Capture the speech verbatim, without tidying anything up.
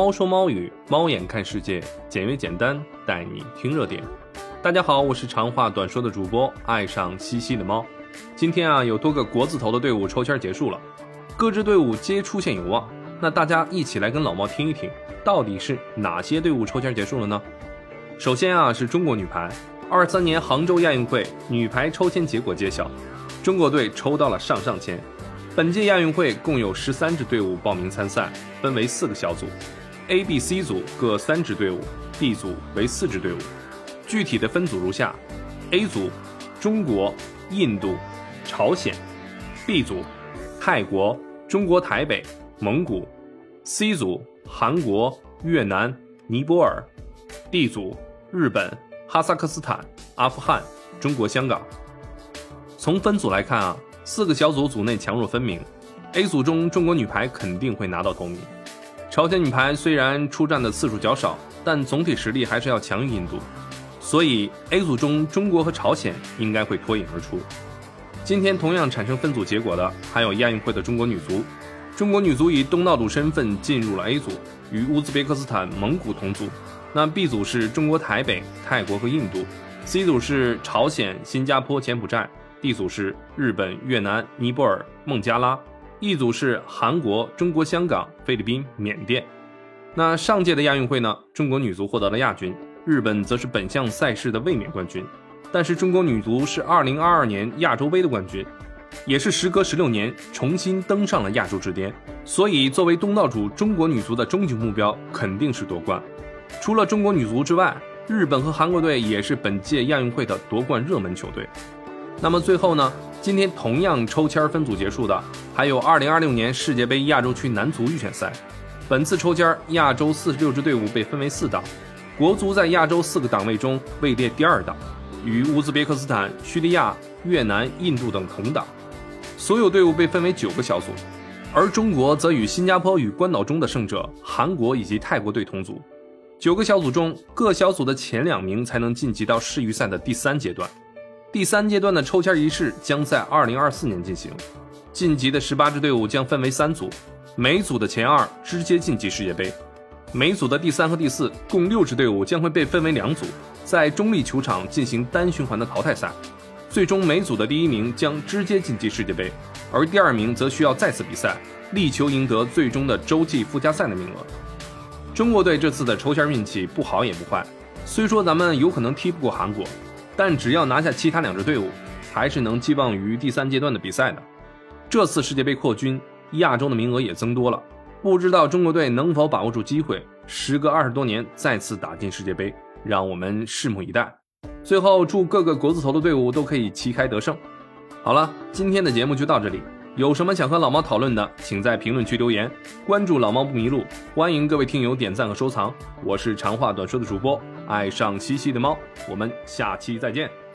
猫说猫语，猫眼看世界，简约简单，带你听热点。大家好，我是长话短说的主播爱上西西的猫。今天啊，有多个国字头的队伍抽签结束了，各支队伍皆出现有望。那大家一起来跟老猫听一听，到底是哪些队伍抽签结束了呢？首先啊，是中国女排。二三年杭州亚运会女排抽签结果揭晓，中国队抽到了上上签。本届亚运会共有十三支队伍报名参赛，分为四个小组 ，A、B、C 组各三支队伍 ，D 组为四支队伍。具体的分组如下 ：A 组中国、印度、朝鲜 ；B 组泰国、中国台北、蒙古 ；C 组韩国、越南、尼泊尔 ；D 组日本、哈萨克斯坦、阿富汗、中国香港。从分组来看啊，四个小组组内强弱分明。A 组中，中国女排肯定会拿到头名。朝鲜女排虽然出战的次数较少，但总体实力还是要强于印度，所以 A 组中中国和朝鲜应该会脱颖而出。今天同样产生分组结果的还有亚运会的中国女足。中国女足以东道主身份进入了 A 组，与乌兹别克斯坦、蒙古同组。那 B 组是中国台北、泰国和印度 ，C 组是朝鲜、新加坡、柬埔寨。D 组是日本、越南、尼泊尔、孟加拉 ，E 组是韩国、中国香港、菲律宾、缅甸。那上届的亚运会呢，中国女足获得了亚军，日本则是本项赛事的卫冕冠军。但是中国女足是二零二二年亚洲杯的冠军，也是时隔十六年重新登上了亚洲之巅。所以作为东道主，中国女足的终极目标肯定是夺冠。除了中国女足之外，日本和韩国队也是本届亚运会的夺冠热门球队。那么最后呢，今天同样抽签分组结束的还有二零二六年世界杯亚洲区男足预选赛。本次抽签，亚洲四十六支队伍被分为四档，国足在亚洲四个档位中位列第二档，与乌兹别克斯坦、叙利亚、越南、印度等同档。所有队伍被分为九个小组，而中国则与新加坡与关岛中的胜者韩国以及泰国队同组。九个小组中，各小组的前两名才能晋级到世预赛的第三阶段。第三阶段的抽签仪式将在二零二四年进行，晋级的十八支队伍将分为三组，每组的前二直接晋级世界杯。每组的第三和第四共六支队伍将会被分为两组，在中立球场进行单循环的淘汰赛。最终每组的第一名将直接晋级世界杯，而第二名则需要再次比赛，力求赢得最终的洲际附加赛的名额。中国队这次的抽签运气不好也不坏，虽说咱们有可能踢不过韩国，但只要拿下其他两支队伍，还是能寄望于第三阶段的比赛的。这次世界杯扩军，亚洲的名额也增多了，不知道中国队能否把握住机会，时隔二十多年再次打进世界杯，让我们拭目以待。最后，祝各个国字头的队伍都可以旗开得胜。好了，今天的节目就到这里，有什么想和老猫讨论的，请在评论区留言，关注老猫不迷路，欢迎各位听友点赞和收藏。我是长话短说的主播爱上西西的猫，我们下期再见。